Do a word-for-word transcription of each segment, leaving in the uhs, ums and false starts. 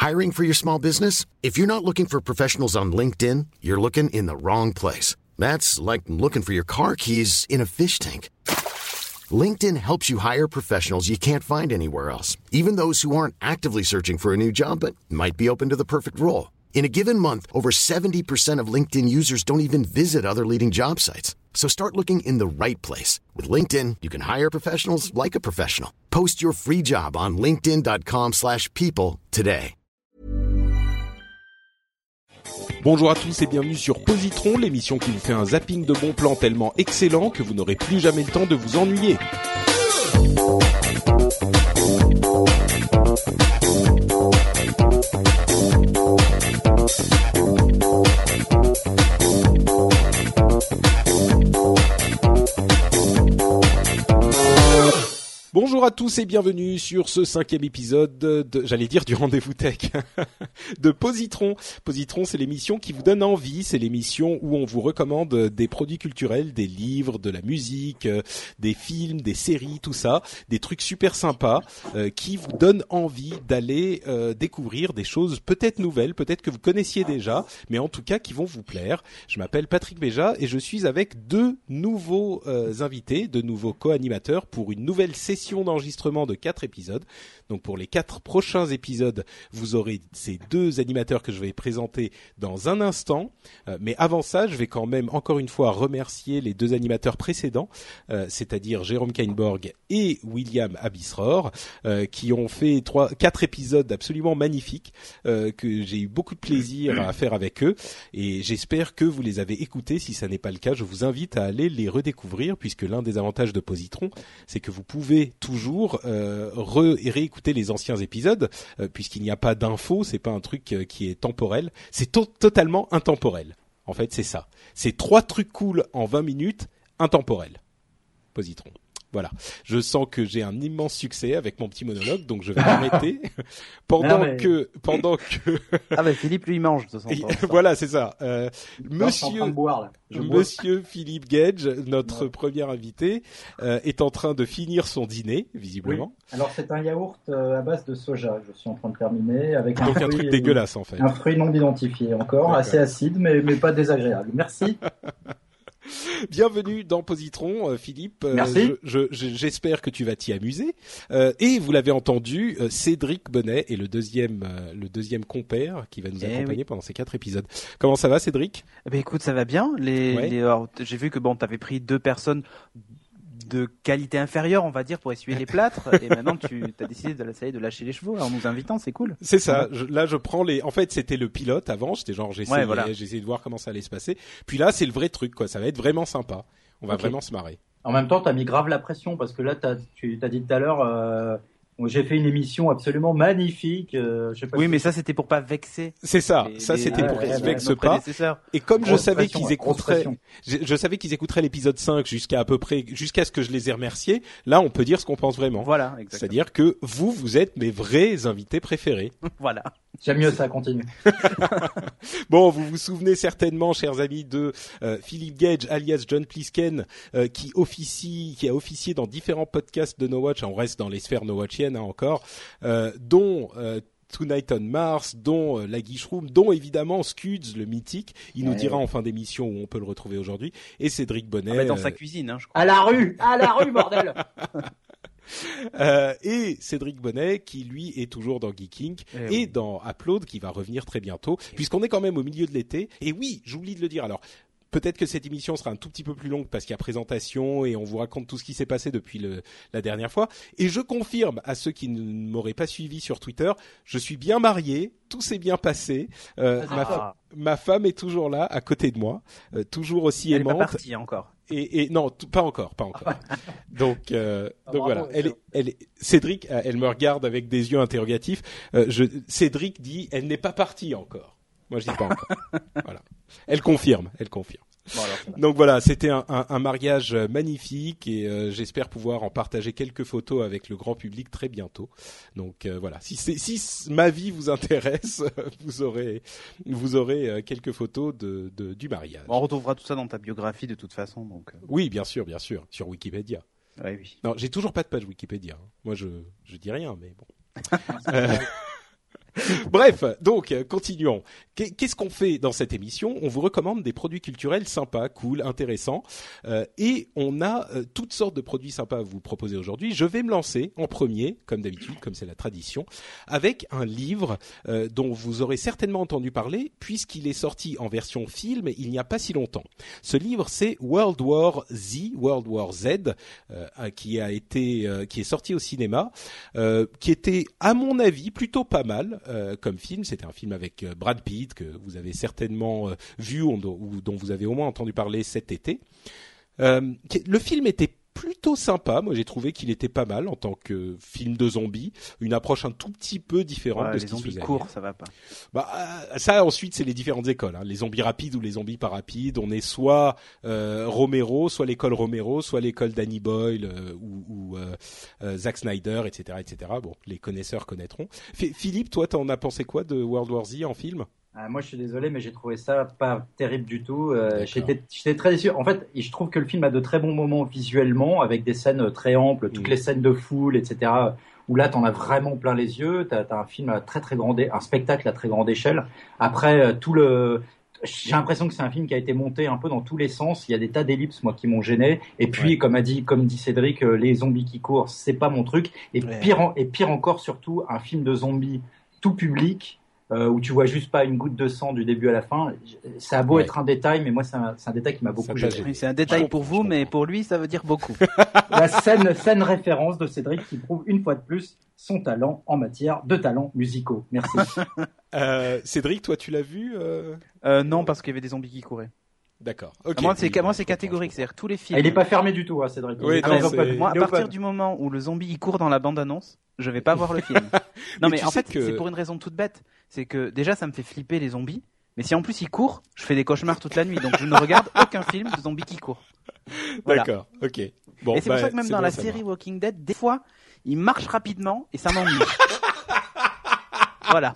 Hiring for your small business? If you're not looking for professionals on LinkedIn, you're looking in the wrong place. That's like looking for your car keys in a fish tank. LinkedIn helps you hire professionals you can't find anywhere else, even those who aren't actively searching for a new job but might be open to the perfect role. In a given month, over seventy percent of LinkedIn users don't even visit other leading job sites. So start looking in the right place. With LinkedIn, you can hire professionals like a professional. Post your free job on linkedin.com slash people today. Bonjour à tous et bienvenue sur Positron, l'émission qui vous fait un zapping de bons plans tellement excellent que vous n'aurez plus jamais le temps de vous ennuyer. Bonjour à tous et bienvenue sur ce cinquième épisode de, j'allais dire du rendez-vous tech, de Positron. Positron, c'est l'émission qui vous donne envie, c'est l'émission où on vous recommande des produits culturels, des livres, de la musique, des films, des séries, tout ça, des trucs super sympas euh, qui vous donnent envie d'aller euh, découvrir des choses peut-être nouvelles, peut-être que vous connaissiez déjà, mais en tout cas qui vont vous plaire. Je m'appelle Patrick Béja et je suis avec deux nouveaux euh, invités, deux nouveaux co-animateurs pour une nouvelle session d'enregistrement de quatre épisodes. Donc pour les quatre prochains épisodes, vous aurez ces deux animateurs que je vais présenter dans un instant. Euh, mais avant ça, je vais quand même encore une fois remercier les deux animateurs précédents, euh, c'est-à-dire Jérôme Kainborg et William Abisror, euh, qui ont fait trois, quatre épisodes absolument magnifiques, euh, que j'ai eu beaucoup de plaisir à faire avec eux. Et j'espère que vous les avez écoutés. Si ça n'est pas le cas, je vous invite à aller les redécouvrir, puisque l'un des avantages de Positron, c'est que vous pouvez toujours euh, re- réécouter les anciens épisodes, euh, puisqu'il n'y a pas d'infos, c'est pas un truc euh, qui est temporel, c'est to- totalement intemporel. En fait, c'est ça. C'est trois trucs cool en vingt minutes, intemporel. Positron. Voilà. Je sens que j'ai un immense succès avec mon petit monologue, donc je vais m'arrêter pendant non, mais... que pendant que ah ben Philippe lui mange de son temps. Voilà, c'est ça. Euh, monsieur boire, Monsieur Philippe Gage, notre ouais. premier invité, euh, est en train de finir son dîner, visiblement. Oui. Alors c'est un yaourt euh, à base de soja que je suis en train de terminer avec un donc fruit, un truc dégueulasse en fait. Un fruit non identifié encore, D'accord. assez acide mais mais pas désagréable. Merci. Bienvenue dans Positron, euh, Philippe. Euh, Merci. Je, je, j'espère que tu vas t'y amuser. Euh, et vous l'avez entendu, euh, Cédric Bonnet est le deuxième, euh, le deuxième compère qui va nous eh accompagner oui. pendant ces quatre épisodes. Comment ça va, Cédric ? Eh ben écoute, ça va bien. Les, ouais. les alors, j'ai vu que bon, t'avais pris deux personnes de qualité inférieure, on va dire, pour essuyer les plâtres, et maintenant tu as décidé de, de lâcher les chevaux en nous invitant, c'est cool. C'est ça. Je, là, je prends les. En fait, c'était le pilote avant. J'étais genre, j'essayais, ouais, voilà. j'essayais de voir comment ça allait se passer. Puis là, c'est le vrai truc, quoi. Ça va être vraiment sympa. On va okay. vraiment se marrer. En même temps, t'as mis grave la pression parce que là, t'as, tu t'as dit tout à l'heure. Euh... J'ai fait une émission absolument magnifique. Euh, je sais pas oui, si mais ça c'était pour pas vexer. C'est ça. Les, ça les, c'était les, pour qu'ils ouais, se vexent ouais, pas. Et comme grosse je savais pression, qu'ils ouais, écouteraient, je, je savais qu'ils écouteraient l'épisode cinq jusqu'à à peu près, jusqu'à ce que je les ai remerciés. Là, on peut dire ce qu'on pense vraiment. Voilà. Exactement. C'est-à-dire que vous, vous êtes mes vrais invités préférés. Voilà. J'aime mieux ça, continue. Bon, vous vous souvenez certainement, chers amis, de euh, Philippe Gage, alias John Plisken, euh, qui officie, qui a officié dans différents podcasts de No Watch. On reste dans les sphères No Watchiennes hein, encore, euh, dont euh, Tonight on Mars, dont euh, la Guiche Room, dont évidemment Scuds, le mythique. Il ouais. nous dira en fin d'émission où on peut le retrouver aujourd'hui. Et Cédric Bonnet. Ah bah dans euh... sa cuisine, hein, je crois. À la rue, à la rue, bordel. Euh, et Cédric Bonnet qui lui est toujours dans Geeking et, et oui. dans Upload qui va revenir très bientôt puisqu'on est quand même au milieu de l'été. Et oui, j'oublie de le dire. Alors peut-être que cette émission sera un tout petit peu plus longue parce qu'il y a présentation et on vous raconte tout ce qui s'est passé depuis le, la dernière fois. Et je confirme à ceux qui ne m'auraient pas suivi sur Twitter, je suis bien marié, tout s'est bien passé. Euh, ah. ma, fa- ma femme est toujours là, à côté de moi, euh, toujours aussi Elle aimante. Elle est pas partie encore. Et, et non, t- pas encore, pas encore. donc, euh, ah, donc bravo, voilà. Elle est, elle est, Cédric, elle me regarde avec des yeux interrogatifs. Euh, je, Cédric dit, elle n'est pas partie encore. Moi, je dis pas encore. Voilà. Elle confirme, elle confirme. Bon, alors, donc voilà, c'était un, un, un mariage magnifique et euh, j'espère pouvoir en partager quelques photos avec le grand public très bientôt. Donc euh, voilà, si, c'est, si ma vie vous intéresse, vous aurez, vous aurez euh, quelques photos de, de, du mariage. Bon, on retrouvera tout ça dans ta biographie de toute façon. Donc. Euh... Oui, bien sûr, bien sûr, sur Wikipédia. Ouais, oui. Non, j'ai toujours pas de page Wikipédia. Hein. Moi, je, je dis rien, mais bon. euh... Bref, donc continuons. Qu'est-ce qu'on fait dans cette émission ? On vous recommande des produits culturels sympas, cool, intéressants, euh, et on a euh, toutes sortes de produits sympas à vous proposer aujourd'hui. Je vais me lancer en premier, comme d'habitude, comme c'est la tradition, avec un livre euh, dont vous aurez certainement entendu parler, puisqu'il est sorti en version film il n'y a pas si longtemps. Ce livre, c'est World War Z, World War Z, euh, qui a été, euh, qui est sorti au cinéma, euh, qui était, à mon avis, plutôt pas mal. Euh, comme film, c'était un film avec euh, Brad Pitt que vous avez certainement euh, vu ou, ou dont vous avez au moins entendu parler cet été. Euh, le film était plutôt sympa. Moi, j'ai trouvé qu'il était pas mal en tant que film de zombies, une approche un tout petit peu différente ouais, de ce qui se faisait. Les zombies courts, ça va pas. Bah ça ensuite c'est les différentes écoles. Hein. Les zombies rapides ou les zombies pas rapides. On est soit euh, Romero, soit l'école Romero, soit l'école Danny Boyle euh, ou, ou euh, euh, Zack Snyder, et cetera, et cetera. Bon, les connaisseurs connaîtront. F- Philippe, toi, t'en as pensé quoi de World War Z en film ? Ah, moi, je suis désolé, mais j'ai trouvé ça pas terrible du tout. Euh, j'étais, j'étais très déçu. En fait, je trouve que le film a de très bons moments visuellement, avec des scènes très amples, toutes mmh. les scènes de foule, et cetera. Où là, t'en as vraiment plein les yeux. T'as, t'as un film à très très grande, un spectacle à très grande échelle. Après, tout le, j'ai l'impression que c'est un film qui a été monté un peu dans tous les sens. Il y a des tas d'ellipses, moi, qui m'ont gêné. Et puis, ouais. comme a dit, comme dit Cédric, les zombies qui courent, c'est pas mon truc. Et ouais. pire, en, et pire encore, surtout, un film de zombies tout public. Euh, où tu vois juste pas une goutte de sang du début à la fin. Ça a beau ouais. être un détail, mais moi c'est un, c'est un détail qui m'a beaucoup gêné. Oui, c'est un détail pour vous, mais pour lui ça veut dire beaucoup. La scène, scène référence de Cédric qui prouve une fois de plus son talent en matière de talents musicaux. Merci. euh, Cédric, toi tu l'as vu euh... Euh, Non, parce qu'il y avait des zombies qui couraient. D'accord. Okay. Moi, c'est, moi, c'est catégorique. C'est-à-dire tous les films. Ah, il est pas fermé du tout, hein, Cédric. Oui, non, c'est... Moi, à partir du moment où le zombie il court dans la bande-annonce, je vais pas voir le film. Non, mais, mais en fait, que... c'est pour une raison toute bête. C'est que déjà, ça me fait flipper les zombies. Mais si en plus il court, je fais des cauchemars toute la nuit. Donc je ne regarde aucun film de zombies qui courent. Voilà. D'accord. Ok. Bon. Et c'est bah, pour ça que même dans bon, la série Walking Dead, des fois, il marche rapidement et ça m'ennuie. Voilà.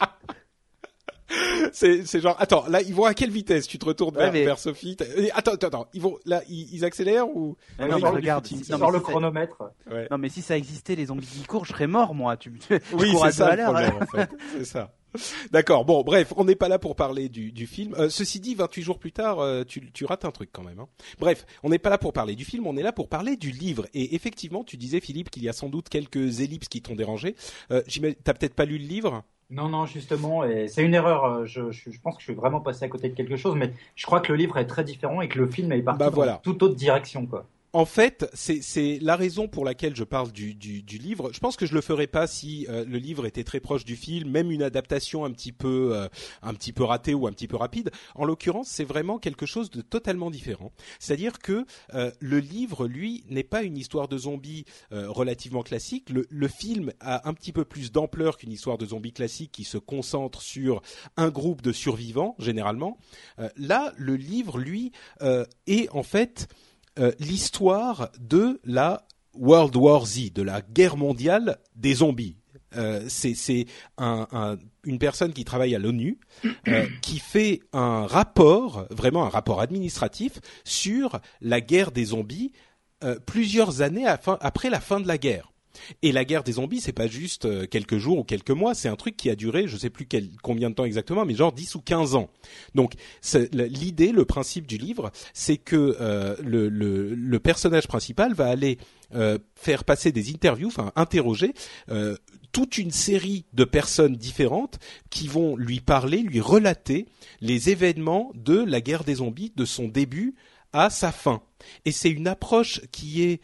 C'est, c'est genre, attends, là, ils vont à quelle vitesse ? Tu te retournes ouais, vers, mais... vers Sophie. Attends, attends, attends. Ils vont, là, ils, ils accélèrent ou ? Non, non, mais regarde. Si, non, sort mais le si chronomètre. Ouais. Non, mais si ça existait, les zombies qui courent, je serais mort, moi. Tu, tu oui, cours c'est à ça le l'heure, problème, en fait. C'est ça. D'accord. Bon, bref, on n'est pas là pour parler du, du film. Euh, ceci dit, vingt-huit jours plus tard, euh, tu, tu rates un truc quand même. Hein. Bref, on n'est pas là pour parler du film, on est là pour parler du livre. Et effectivement, tu disais, Philippe, qu'il y a sans doute quelques ellipses qui t'ont dérangé. Euh, t'as peut-être pas lu le livre ? Non, non, justement, et c'est une erreur. Je, je, je pense que je suis vraiment passé à côté de quelque chose, mais je crois que le livre est très différent et que le film est parti bah, voilà. dans toute autre direction, quoi. En fait, c'est, c'est la raison pour laquelle je parle du, du, du livre. Je pense que je le ferais pas si euh, le livre était très proche du film, même une adaptation un petit peu, euh, un petit peu ratée ou un petit peu rapide. En l'occurrence, c'est vraiment quelque chose de totalement différent. C'est-à-dire que euh, le livre, lui, n'est pas une histoire de zombies euh, relativement classique. Le, le film a un petit peu plus d'ampleur qu'une histoire de zombies classique qui se concentre sur un groupe de survivants généralement. Euh, là, le livre, lui, euh, est en fait Euh, l'histoire de la World War Z, de la guerre mondiale des zombies. Euh, c'est c'est un, un, une personne qui travaille à l'ONU euh, qui fait un rapport, vraiment un rapport administratif sur la guerre des zombies euh, plusieurs années à fin, après la fin de la guerre. Et la guerre des zombies, c'est pas juste euh, quelques jours ou quelques mois, c'est un truc qui a duré, je sais plus quel, combien de temps exactement, mais genre dix ou quinze ans. Donc c'est, l'idée, le principe du livre, c'est que euh, le, le, le personnage principal va aller euh, faire passer des interviews, enfin interroger euh, toute une série de personnes différentes qui vont lui parler, lui relater les événements de la guerre des zombies, de son début à sa fin. Et c'est une approche qui est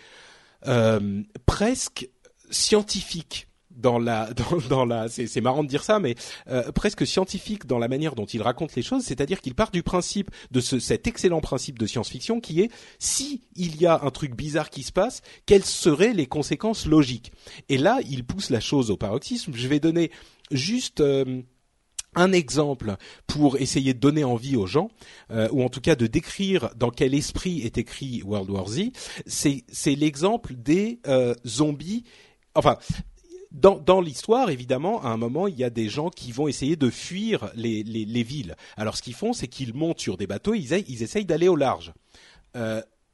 euh, presque scientifique dans la dans, dans la c'est, c'est marrant de dire ça mais euh, presque scientifique dans la manière dont il raconte les choses, c'est-à-dire qu'il part du principe de ce cet excellent principe de science-fiction qui est si il y a un truc bizarre qui se passe, quelles seraient les conséquences logiques. Et là, il pousse la chose au paroxysme. Je vais donner juste euh, un exemple pour essayer de donner envie aux gens, euh, ou en tout cas de décrire dans quel esprit est écrit World War Z. C'est c'est l'exemple des euh, zombies. Enfin, dans, dans l'histoire, évidemment, à un moment, il y a des gens qui vont essayer de fuir les, les, les villes. Alors, ce qu'ils font, c'est qu'ils montent sur des bateaux, ils, ils essayent d'aller au large. Euh,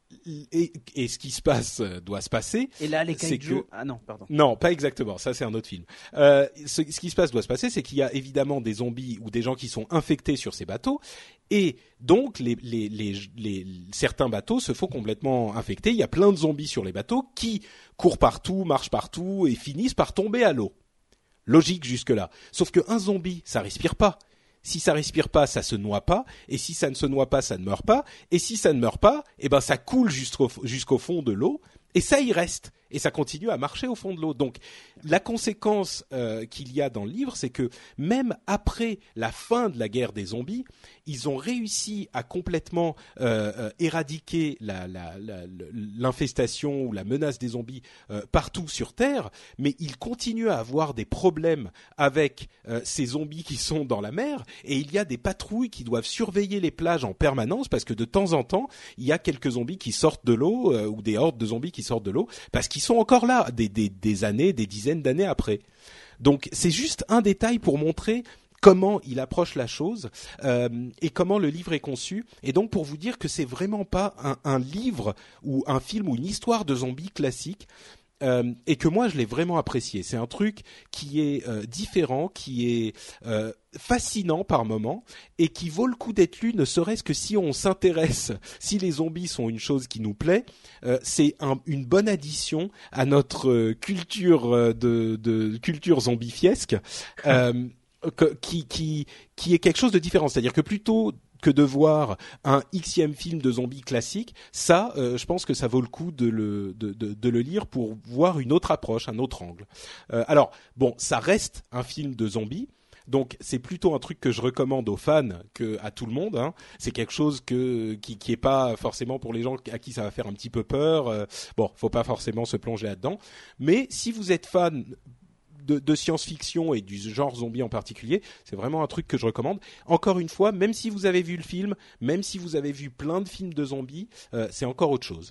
Et, et ce qui se passe euh, doit se passer. Et là, les kaiju... que... Ah non, pardon. Non, pas exactement. Ça, c'est un autre film. Euh, ce, ce qui se passe doit se passer, c'est qu'il y a évidemment des zombies ou des gens qui sont infectés sur ces bateaux. Et donc, les, les, les, les, certains bateaux se font complètement infectés. Il y a plein de zombies sur les bateaux qui courent partout, marchent partout et finissent par tomber à l'eau. Logique jusque-là. Sauf qu'un zombie, ça respire pas. Si ça respire pas, ça se noie pas. Et si ça ne se noie pas, ça ne meurt pas. Et si ça ne meurt pas, eh ben ça coule jusqu'au, jusqu'au fond de l'eau. Et ça y reste. Et ça continue à marcher au fond de l'eau. Donc, la conséquence euh, qu'il y a dans le livre, c'est que même après la fin de la guerre des zombies, ils ont réussi à complètement euh, euh, éradiquer la, la, la, l'infestation ou la menace des zombies euh, partout sur Terre, mais ils continuent à avoir des problèmes avec euh, ces zombies qui sont dans la mer, et il y a des patrouilles qui doivent surveiller les plages en permanence, parce que de temps en temps, il y a quelques zombies qui sortent de l'eau, euh, ou des hordes de zombies qui sortent de l'eau, parce qu'ils sont encore là, des, des, des années, des dizaines d'années après. Donc c'est juste un détail pour montrer comment il approche la chose euh, et comment le livre est conçu. Et donc pour vous dire que c'est vraiment pas un, un livre ou un film ou une histoire de zombies classique. Euh, et que moi je l'ai vraiment apprécié. C'est un truc qui est euh, différent, qui est euh, fascinant par moments et qui vaut le coup d'être lu, ne serait-ce que si on s'intéresse, si les zombies sont une chose qui nous plaît, euh, c'est un, une bonne addition à notre euh, culture euh, de, de culture zombifiesque, euh, que, qui, qui, qui est quelque chose de différent. C'est-à-dire que plutôt que de voir un Xème film de zombies classique, ça, euh, je pense que ça vaut le coup de le de, de, de le lire pour voir une autre approche, un autre angle. Euh, alors, bon, ça reste un film de zombies, donc c'est plutôt un truc que je recommande aux fans que à tout le monde. Hein. C'est quelque chose que qui qui est pas forcément pour les gens à qui ça va faire un petit peu peur. Euh, bon, faut pas forcément se plonger là-dedans. Mais si vous êtes fan De, de science-fiction et du genre zombie en particulier, c'est vraiment un truc que je recommande. Encore une fois, même si vous avez vu le film, même si vous avez vu plein de films de zombies, euh, c'est encore autre chose.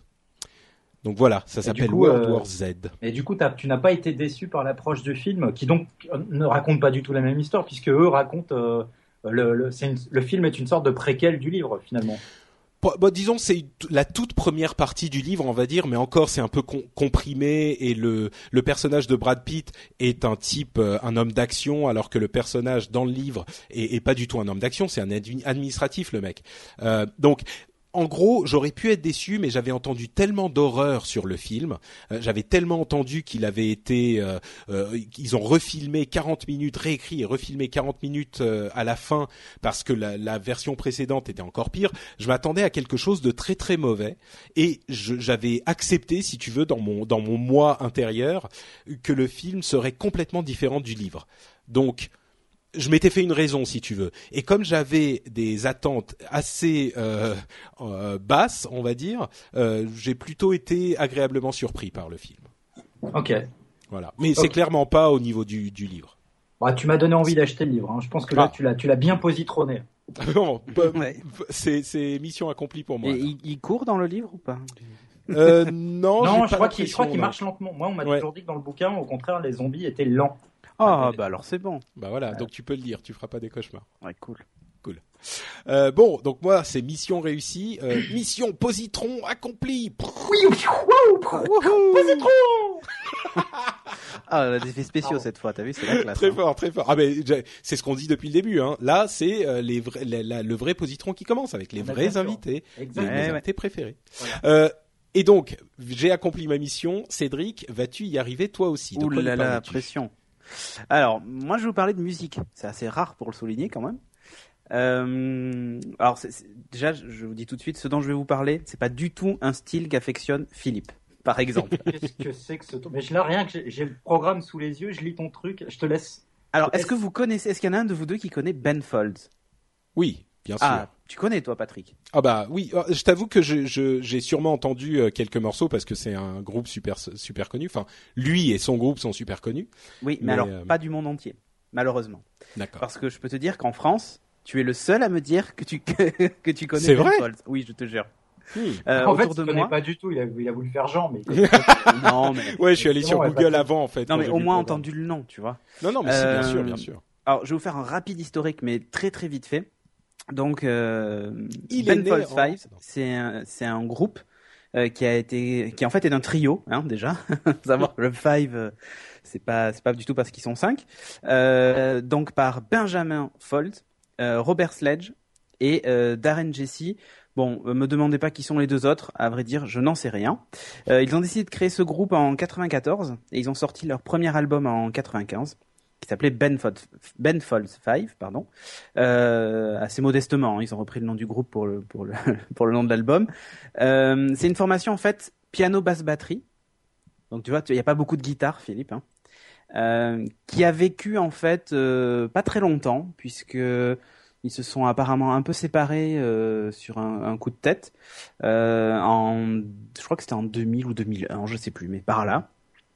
Donc voilà, ça et s'appelle coup, World euh, War Z. Et du coup, tu n'as pas été déçu par l'approche du film, qui donc ne raconte pas du tout la même histoire, puisque eux racontent... Euh, le, le, c'est une, le film est une sorte de préquel du livre, finalement. Bon, disons c'est la toute première partie du livre, on va dire, mais encore c'est un peu com- comprimé et le le personnage de Brad Pitt est un type, euh, un homme d'action, alors que le personnage dans le livre est, est pas du tout un homme d'action, c'est un admi- administratif le mec. Euh, donc en gros, j'aurais pu être déçu, mais j'avais entendu tellement d'horreur sur le film, euh, j'avais tellement entendu qu'il avait été, euh, euh, ils ont refilmé quarante minutes, réécrit et refilmé quarante minutes euh, à la fin parce que la, la version précédente était encore pire. Je m'attendais à quelque chose de très très mauvais et je, j'avais accepté, si tu veux, dans mon dans mon moi intérieur, que le film serait complètement différent du livre. Donc je m'étais fait une raison, si tu veux. Et comme j'avais des attentes assez euh, euh, basses, on va dire, euh, j'ai plutôt été agréablement surpris par le film. Ok. Voilà. Mais okay. C'est clairement pas au niveau du, du livre. Bah, tu m'as donné envie d'acheter le livre. Hein. Je pense que là, ah. tu l'as, tu l'as bien positronné. Bon, bah, ouais. c'est, c'est mission accomplie pour moi. Et il, il court dans le livre ou pas? euh, Non, non je crois qu'il, je crois qu'il marche lentement. Moi, on m'a ouais. toujours dit que dans le bouquin, au contraire, les zombies étaient lents. Ah, bah alors c'est bon. Bah voilà, donc tu peux le lire, tu feras pas des cauchemars. Ouais, cool. Cool. Euh, bon, donc moi, c'est mission réussie. Euh, mission positron accomplie. Positron. Ah, on a des effets spéciaux oh. cette fois, t'as vu, c'est la classe. Très hein. fort, très fort. Ah mais c'est ce qu'on dit depuis le début. Hein. Là, c'est euh, les vrais, la, la, le vrai positron qui commence avec les vrais invités, Exactement. les Ouais, invités ouais. préférés. Voilà. Euh, et donc, j'ai accompli ma mission. Cédric, vas-tu y arriver toi aussi? Ouh là là, pression. Alors, moi, je vais vous parler de musique. C'est assez rare pour le souligner, quand même. Euh, alors, c'est, c'est, déjà, je vous dis tout de suite, ce dont je vais vous parler, c'est pas du tout un style qu'affectionne Philippe, par exemple. Qu'est-ce que c'est que ce ton... Mais je n'ai rien que j'ai, j'ai le programme sous les yeux, je lis ton truc, je te laisse. Alors, te est-ce laisse... que vous connaissez, est-ce qu'il y en a un de vous deux qui connaît Ben Folds? Oui. Bien sûr. Ah, tu connais toi, Patrick? Ah bah oui, je t'avoue que je, je, j'ai sûrement entendu quelques morceaux parce que c'est un groupe super super connu. Enfin, lui et son groupe sont super connus. Oui, mais, mais alors euh... pas du monde entier, malheureusement. D'accord. Parce que je peux te dire qu'en France, tu es le seul à me dire que tu que tu connais. C'est vrai? Oui, je te jure. Hmm. Euh, en fait, je ne connais pas du tout. Il a, il a voulu faire genre, mais. non, mais. Ouais, je suis allé sur Google avant, en fait. Non, mais au moins entendu le nom, tu vois. Non, non, mais euh... si, bien sûr, bien sûr. Alors, je vais vous faire un rapide historique, mais très très vite fait. Donc, euh, Il Ben est Folds en... Five, c'est un, c'est un groupe euh, qui a été, qui en fait est un trio, hein, déjà. Faut savoir que le Five, euh, c'est pas, c'est pas du tout parce qu'ils sont cinq. Euh, donc par Benjamin Folds, euh, Robert Sledge et euh, Darren Jesse. Bon, euh, me demandez pas qui sont les deux autres. À vrai dire, je n'en sais rien. Euh, ils ont décidé de créer ce groupe en quatre-vingt-quatorze et ils ont sorti leur premier album en quatre-vingt-quinze, qui s'appelait Ben Folds, Ben Folds Five, pardon. Euh, assez modestement, hein, ils ont repris le nom du groupe pour le pour le pour le nom de l'album. Euh, c'est une formation en fait piano basse batterie. Donc tu vois, il y a pas beaucoup de guitare, Philippe, hein, euh, qui a vécu en fait euh, pas très longtemps puisque ils se sont apparemment un peu séparés euh, sur un, un coup de tête. Euh, en, je crois que c'était en deux mille ou deux mille un, je sais plus, mais par là.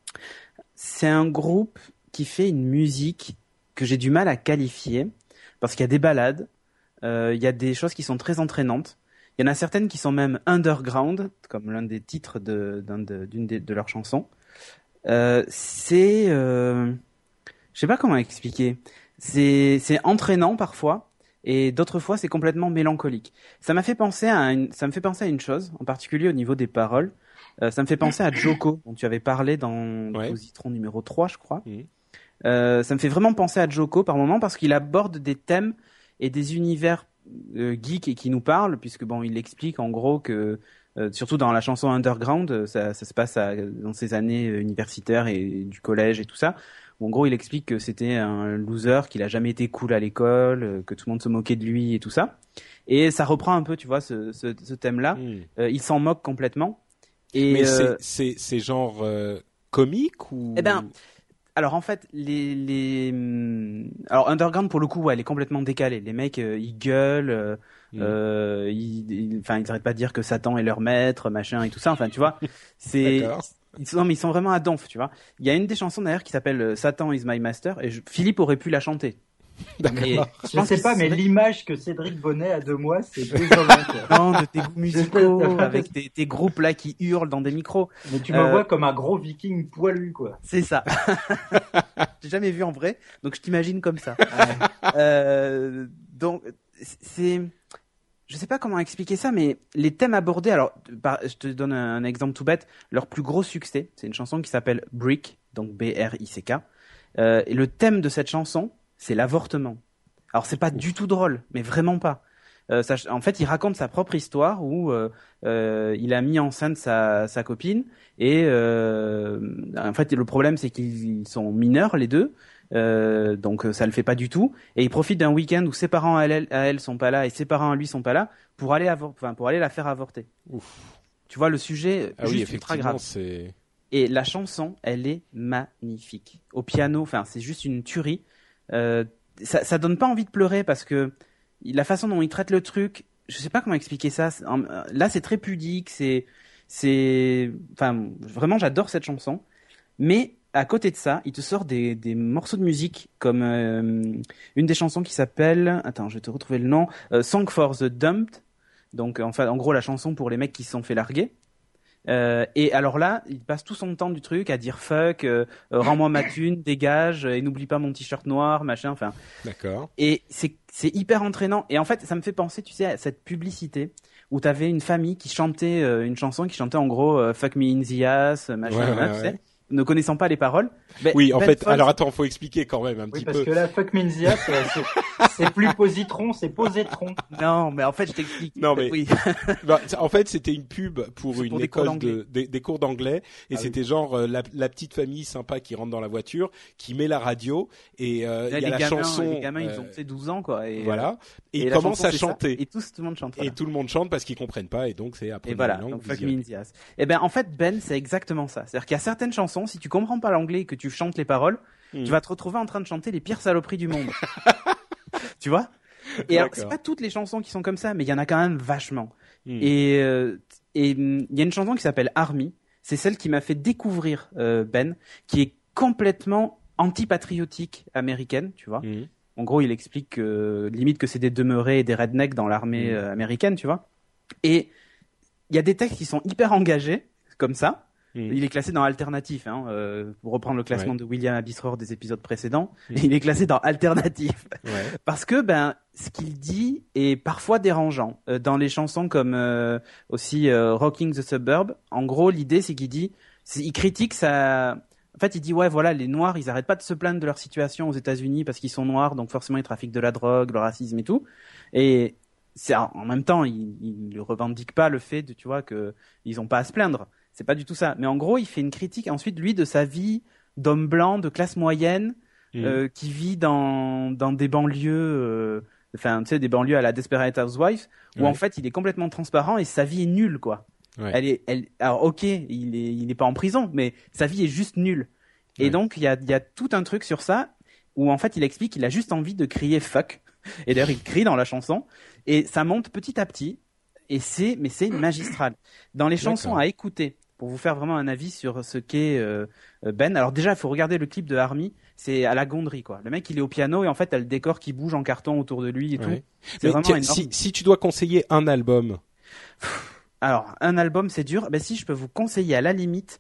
C'est un groupe qui fait une musique que j'ai du mal à qualifier parce qu'il y a des ballades, euh, il y a des choses qui sont très entraînantes. Il y en a certaines qui sont même underground, comme l'un des titres de, d'un de, d'une de, de leurs chansons. Euh, c'est, euh, je sais pas comment expliquer. C'est, c'est entraînant parfois. Et d'autres fois, c'est complètement mélancolique. Ça m'a fait penser à une, ça me fait penser à une chose, en particulier au niveau des paroles. Euh, ça me fait penser à Joko, dont tu avais parlé dans ouais. Positron numéro trois, je crois. Mmh. Euh, ça me fait vraiment penser à Joko par moment parce qu'il aborde des thèmes et des univers euh, geeks et qui nous parlent, puisque bon, il explique en gros que, euh, surtout dans la chanson Underground, ça, ça se passe à, dans ses années universitaires et du collège et tout ça. En gros, il explique que c'était un loser, qu'il a jamais été cool à l'école, que tout le monde se moquait de lui et tout ça. Et ça reprend un peu, tu vois, ce, ce, ce thème-là. Mmh. Euh, il s'en moque complètement. Et Mais euh... c'est, c'est, c'est genre euh, comique ou... Eh ben, alors en fait, les, les... Alors Underground, pour le coup, ouais, elle est complètement décalée. Les mecs, euh, ils gueulent, euh, mmh. euh, ils, ils... Enfin, ils n'arrêtent pas de dire que Satan est leur maître, machin et tout ça. Enfin, tu vois, c'est... D'accord. Ils sont, non, mais ils sont vraiment à donf, tu vois. Il y a une des chansons d'ailleurs qui s'appelle Satan is my master et je, Philippe aurait pu la chanter. D'accord. Et, je ne sais pas, mais l'image que Cédric Bonnet a de moi, c'est désolant. Non, de tes goûts musicaux, avec tes, tes groupes là qui hurlent dans des micros. Mais tu me euh... vois comme un gros viking poilu, quoi. C'est ça. J'ai jamais vu en vrai, donc je t'imagine comme ça. Ouais. Euh, donc, c'est... Je sais pas comment expliquer ça, mais les thèmes abordés, alors, je te donne un exemple tout bête. Leur plus gros succès, c'est une chanson qui s'appelle Brick, donc B R I C K. Euh, et le thème de cette chanson, c'est l'avortement. Alors, c'est pas du tout drôle, mais vraiment pas. Euh, ça, en fait, il raconte sa propre histoire où euh, euh, il a mis enceinte sa, sa copine et euh, en fait, le problème, c'est qu'ils sont mineurs les deux. Euh, donc ça le fait pas du tout et il profite d'un week-end où ses parents à elle, à elle sont pas là et ses parents à lui sont pas là pour aller avor- enfin pour aller la faire avorter. Ouf. Tu vois le sujet ah juste oui, ultra grave. C'est... Et la chanson, elle est magnifique. Au piano, enfin c'est juste une tuerie. Euh, ça, ça donne pas envie de pleurer parce que la façon dont il traite le truc, je sais pas comment expliquer ça. Là c'est très pudique, c'est c'est enfin vraiment j'adore cette chanson, mais à côté de ça, il te sort des, des morceaux de musique comme euh, une des chansons qui s'appelle, attends, je vais te retrouver le nom, euh, Song for the Dumped. Donc enfin, en gros la chanson pour les mecs qui se sont fait larguer. Euh, et alors là, il passe tout son temps du truc à dire fuck, euh, euh, rends-moi ma thune, dégage, et n'oublie pas mon t-shirt noir, machin. Enfin. D'accord. Et c'est c'est hyper entraînant. Et en fait, ça me fait penser, tu sais, à cette publicité où t'avais une famille qui chantait euh, une chanson qui chantait en gros euh, fuck me in the ass, machin, ouais, là, ouais, tu ouais. sais. Ne connaissant pas les paroles. Ben, oui, en ben fait, Fols... alors attends, faut expliquer quand même un oui, petit parce peu. Parce que là, fuck Minzia, c'est, c'est, c'est plus positron, c'est posétron. Non, mais en fait, je t'explique. Non, mais oui. ben, en fait, c'était une pub pour c'est une pour école des de des, des cours d'anglais et ah, c'était oui. genre euh, la, la petite famille sympa qui rentre dans la voiture, qui met la radio et euh, il y a la gamins, chanson. Les gamins, euh, ils ont fait douze ans quoi. Et voilà. Et, et ils commencent à chanter. Ça, et tous, tout le monde chante. Voilà. Et tout le monde chante parce qu'ils comprennent pas et donc c'est après. Et voilà. Donc fuck me in the ass. Et ben en fait, Ben, c'est exactement ça. C'est-à-dire qu'il y a certaines chansons, si tu comprends pas l'anglais et que tu chantes les paroles, mmh. tu vas te retrouver en train de chanter les pires saloperies du monde. Tu vois? Et alors, c'est pas toutes les chansons qui sont comme ça, mais il y en a quand même vachement. Mmh. Et euh, et il y a une chanson qui s'appelle Army. C'est celle qui m'a fait découvrir euh, Ben, qui est complètement anti-patriotique américaine, tu vois. Mmh. En gros, il explique que, limite que c'est des demeurés et des rednecks dans l'armée mmh. euh, américaine, tu vois. Et il y a des textes qui sont hyper engagés, comme ça. Mmh. Il est classé dans alternatif, hein, euh, pour reprendre le classement ouais. de William Abisror des épisodes précédents. Mmh. Il est classé dans alternatif ouais. parce que ben ce qu'il dit est parfois dérangeant. Euh, dans les chansons comme euh, aussi euh, Rocking the Suburb, en gros, l'idée, c'est qu'il dit, c'est, il critique ça. En fait, il dit ouais, voilà, les Noirs, ils arrêtent pas de se plaindre de leur situation aux États-Unis parce qu'ils sont noirs, donc forcément ils trafiquent de la drogue, le racisme et tout. Et c'est en même temps, il, il ne revendique pas le fait de, tu vois, que ils ont pas à se plaindre. C'est pas du tout ça. Mais en gros, il fait une critique ensuite lui de sa vie d'homme blanc de classe moyenne mmh. euh, qui vit dans dans des banlieues. Euh, Enfin, tu sais, des banlieues à la Desperate Housewives, où ouais. en fait, il est complètement transparent et sa vie est nulle, quoi. Ouais. Elle est, elle, alors, ok, il est, il est pas en prison, mais sa vie est juste nulle. Et ouais. donc, il y a, il y a tout un truc sur ça, où en fait, il explique qu'il a juste envie de crier fuck. Et d'ailleurs, il crie dans la chanson. Et ça monte petit à petit. Et c'est, mais c'est magistral. Dans les chansons à écouter, pour vous faire vraiment un avis sur ce qu'est euh, Ben. Alors déjà, il faut regarder le clip de Army. C'est à la Gondry, quoi. Le mec, il est au piano et en fait, t'as le décor qui bouge en carton autour de lui et ouais. tout. C'est mais vraiment énorme. Si, si tu dois conseiller un album. Alors, un album, c'est dur. Ben si, je peux vous conseiller à la limite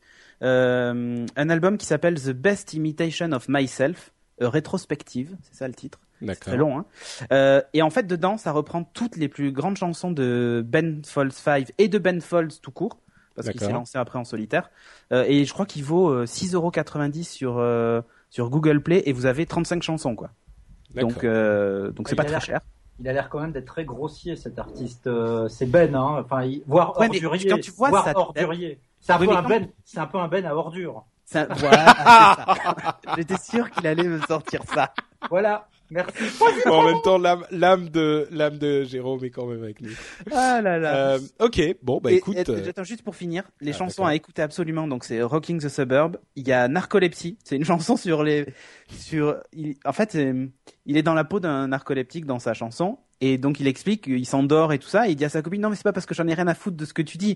euh, un album qui s'appelle The Best Imitation of Myself, euh, rétrospective, c'est ça le titre. D'accord. C'est très long, hein. Euh, et en fait, dedans, ça reprend toutes les plus grandes chansons de Ben Folds cinq et de Ben Folds tout court. Parce D'accord. qu'il s'est lancé après en solitaire. Euh, et je crois qu'il vaut euh, six euros quatre-vingt-dix sur, euh, sur Google Play et vous avez trente-cinq chansons, quoi. D'accord. Donc, euh, donc c'est pas très cher. Il a l'air quand même d'être très grossier, cet artiste. Euh, c'est Ben, hein. Enfin, il, voire ouais, ordurier. Quand tu vois voire ça, ordurier. C'est un oui, peu un Ben, c'est un peu un Ben à ordures. Ça, voilà, c'est ça. J'étais sûr qu'il allait me sortir ça. Voilà. Merci. Bon, en même temps, l'âme, l'âme de, l'âme de Jérôme est quand même avec nous. Ah là là. Euh, ok, bon, bah et, écoute. Et, euh... J'attends juste pour finir. Les ah, chansons d'accord. à écouter absolument. Donc c'est Rocking the Suburb. Il y a Narcolepsy. C'est une chanson sur les, sur, il... en fait, euh, il est dans la peau d'un narcoleptique dans sa chanson. Et donc il explique qu'il s'endort et tout ça. Et il dit à sa copine, non mais c'est pas parce que j'en ai rien à foutre de ce que tu dis.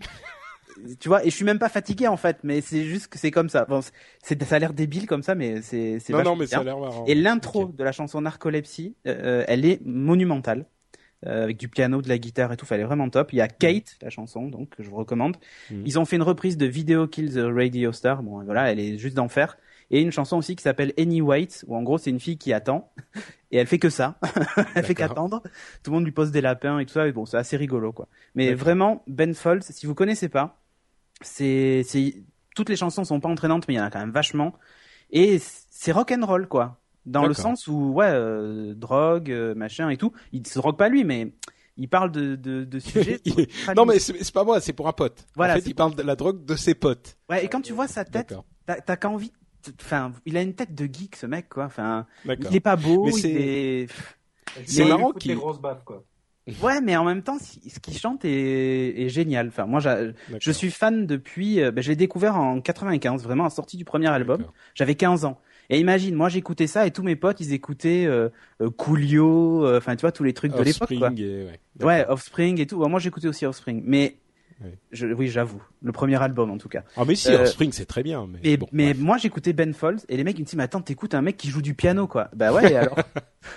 Tu vois, et je suis même pas fatigué en fait, mais c'est juste que c'est comme ça. Bon, c'est, ça a l'air débile comme ça, mais c'est, c'est non, non, mais bien. ça a l'air marrant. Et l'intro okay. de la chanson Narcolepsy, euh, elle est monumentale, euh, avec du piano, de la guitare et tout. Elle est vraiment top. Il y a Kate, la chanson, donc que je vous recommande. Mm. Ils ont fait une reprise de Video Kill the Radio Star. Bon, voilà, elle est juste d'enfer. Et une chanson aussi qui s'appelle Any Wait, où en gros c'est une fille qui attend et elle fait que ça, elle D'accord. fait qu'attendre. Tout le monde lui pose des lapins et tout ça. Et bon, c'est assez rigolo quoi. Mais D'accord. vraiment, Ben Folds, si vous connaissez pas. C'est, c'est, toutes les chansons sont pas entraînantes, mais il y en a quand même vachement. Et c'est rock'n'roll, quoi. Dans D'accord. le sens où, ouais, euh, drogue, euh, machin et tout. Il se drogue pas lui, mais il parle de, de, de sujets. Non, mais c'est, c'est pas moi, c'est pour un pote. Voilà. En fait, il parle de la drogue de ses potes. Ouais, et quand tu vois sa tête, D'accord. t'as, t'as qu'à envie, enfin, il a une tête de geek, ce mec, quoi. Enfin, D'accord. il est pas beau, mais il c'est... est, c'est mais... marrant qu'il ait grosses baffes, quoi. Ouais, mais en même temps, ce qu'il chante est, est génial. Enfin, moi, je suis fan depuis. Ben, je l'ai découvert en quatre-vingt-quinze, vraiment à la sortie du premier album. D'accord. J'avais quinze ans. Et imagine, moi, j'écoutais ça et tous mes potes, ils écoutaient euh, euh, Coolio, enfin, euh, tu vois, tous les trucs de l'époque, quoi. Et, ouais, ouais, Offspring et tout. Bon, moi, j'écoutais aussi Offspring, mais oui, je, oui, j'avoue, le premier album en tout cas. Ah mais si, euh, Offspring c'est très bien. Mais, et, bon, mais moi, j'écoutais Ben Folds et les mecs ils me disent, mais attends, t'écoutes un mec qui joue du piano, quoi. Bah ouais, et alors.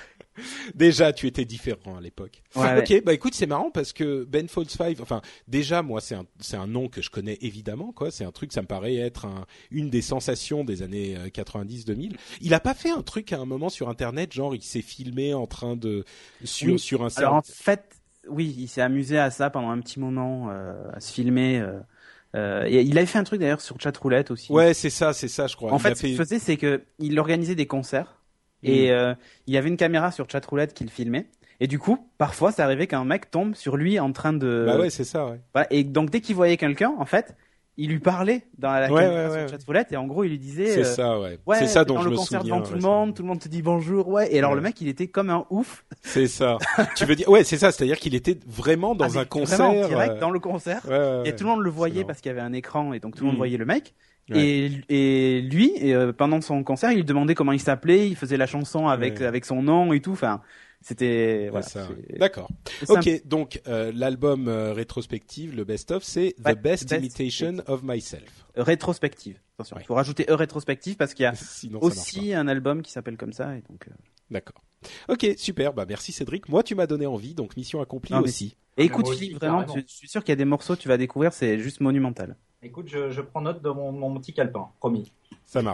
Déjà, tu étais différent à l'époque. Ouais, ok, ouais. bah écoute, c'est marrant parce que Ben Folds cinq, enfin, déjà, moi, c'est un, c'est un nom que je connais évidemment, quoi. C'est un truc, ça me paraît être un, une des sensations des années quatre-vingt-dix deux mille. Il a pas fait un truc à un moment sur Internet, genre, il s'est filmé en train de, sur, oui. sur un Alors en fait, oui, il s'est amusé à ça pendant un petit moment, euh, à se filmer, euh, euh, et il avait fait un truc d'ailleurs sur Chatroulette aussi. Ouais, c'est ça, c'est ça, je crois. En il fait, a ce fait... qu'il faisait, c'est que il organisait des concerts. Et euh, il y avait une caméra sur Chatroulette qui le filmait. Et du coup, parfois, ça arrivait qu'un mec tombe sur lui en train de... Bah ouais, c'est ça, ouais. Voilà. Et donc, dès qu'il voyait quelqu'un, en fait, il lui parlait dans la ouais, caméra ouais, sur ouais, Chatroulette. Et en gros, il lui disait... C'est euh, ça, ouais. ouais. C'est ça dont dans je le me concert souviens. devant tout ouais, le monde, tout le monde te dit bonjour, ouais. Et alors, ouais. le mec, il était comme un ouf. C'est ça. Tu veux dire... Ouais, c'est ça. C'est-à-dire qu'il était vraiment dans ah, un concert. Vraiment, en direct, euh... dans le concert. Ouais, ouais, ouais. Et tout le monde le voyait parce qu'il y avait un écran. Et donc, tout le monde mmh. voyait le mec. Ouais. Et, et lui, et, euh, pendant son concert, il lui demandait comment il s'appelait, il faisait la chanson avec, ouais. avec son nom et tout. Enfin, c'était... Voilà, ça, c'est... D'accord. C'est ok, simple. donc euh, l'album euh, rétrospective, le best-of, c'est ouais, The Best, best Imitation of Myself. Rétrospective. Attention, il ouais. faut rajouter E rétrospective parce qu'il y a Sinon, aussi un album qui s'appelle comme ça. Et donc, euh... D'accord. Ok, super. Bah merci Cédric. Moi, tu m'as donné envie, donc mission accomplie non, aussi. Et écoute, Philippe, vraiment, tu, je suis sûr qu'il y a des morceaux que tu vas découvrir, c'est juste monumental. Écoute, je, je prends note de mon, mon petit calepin, promis. Ça marche.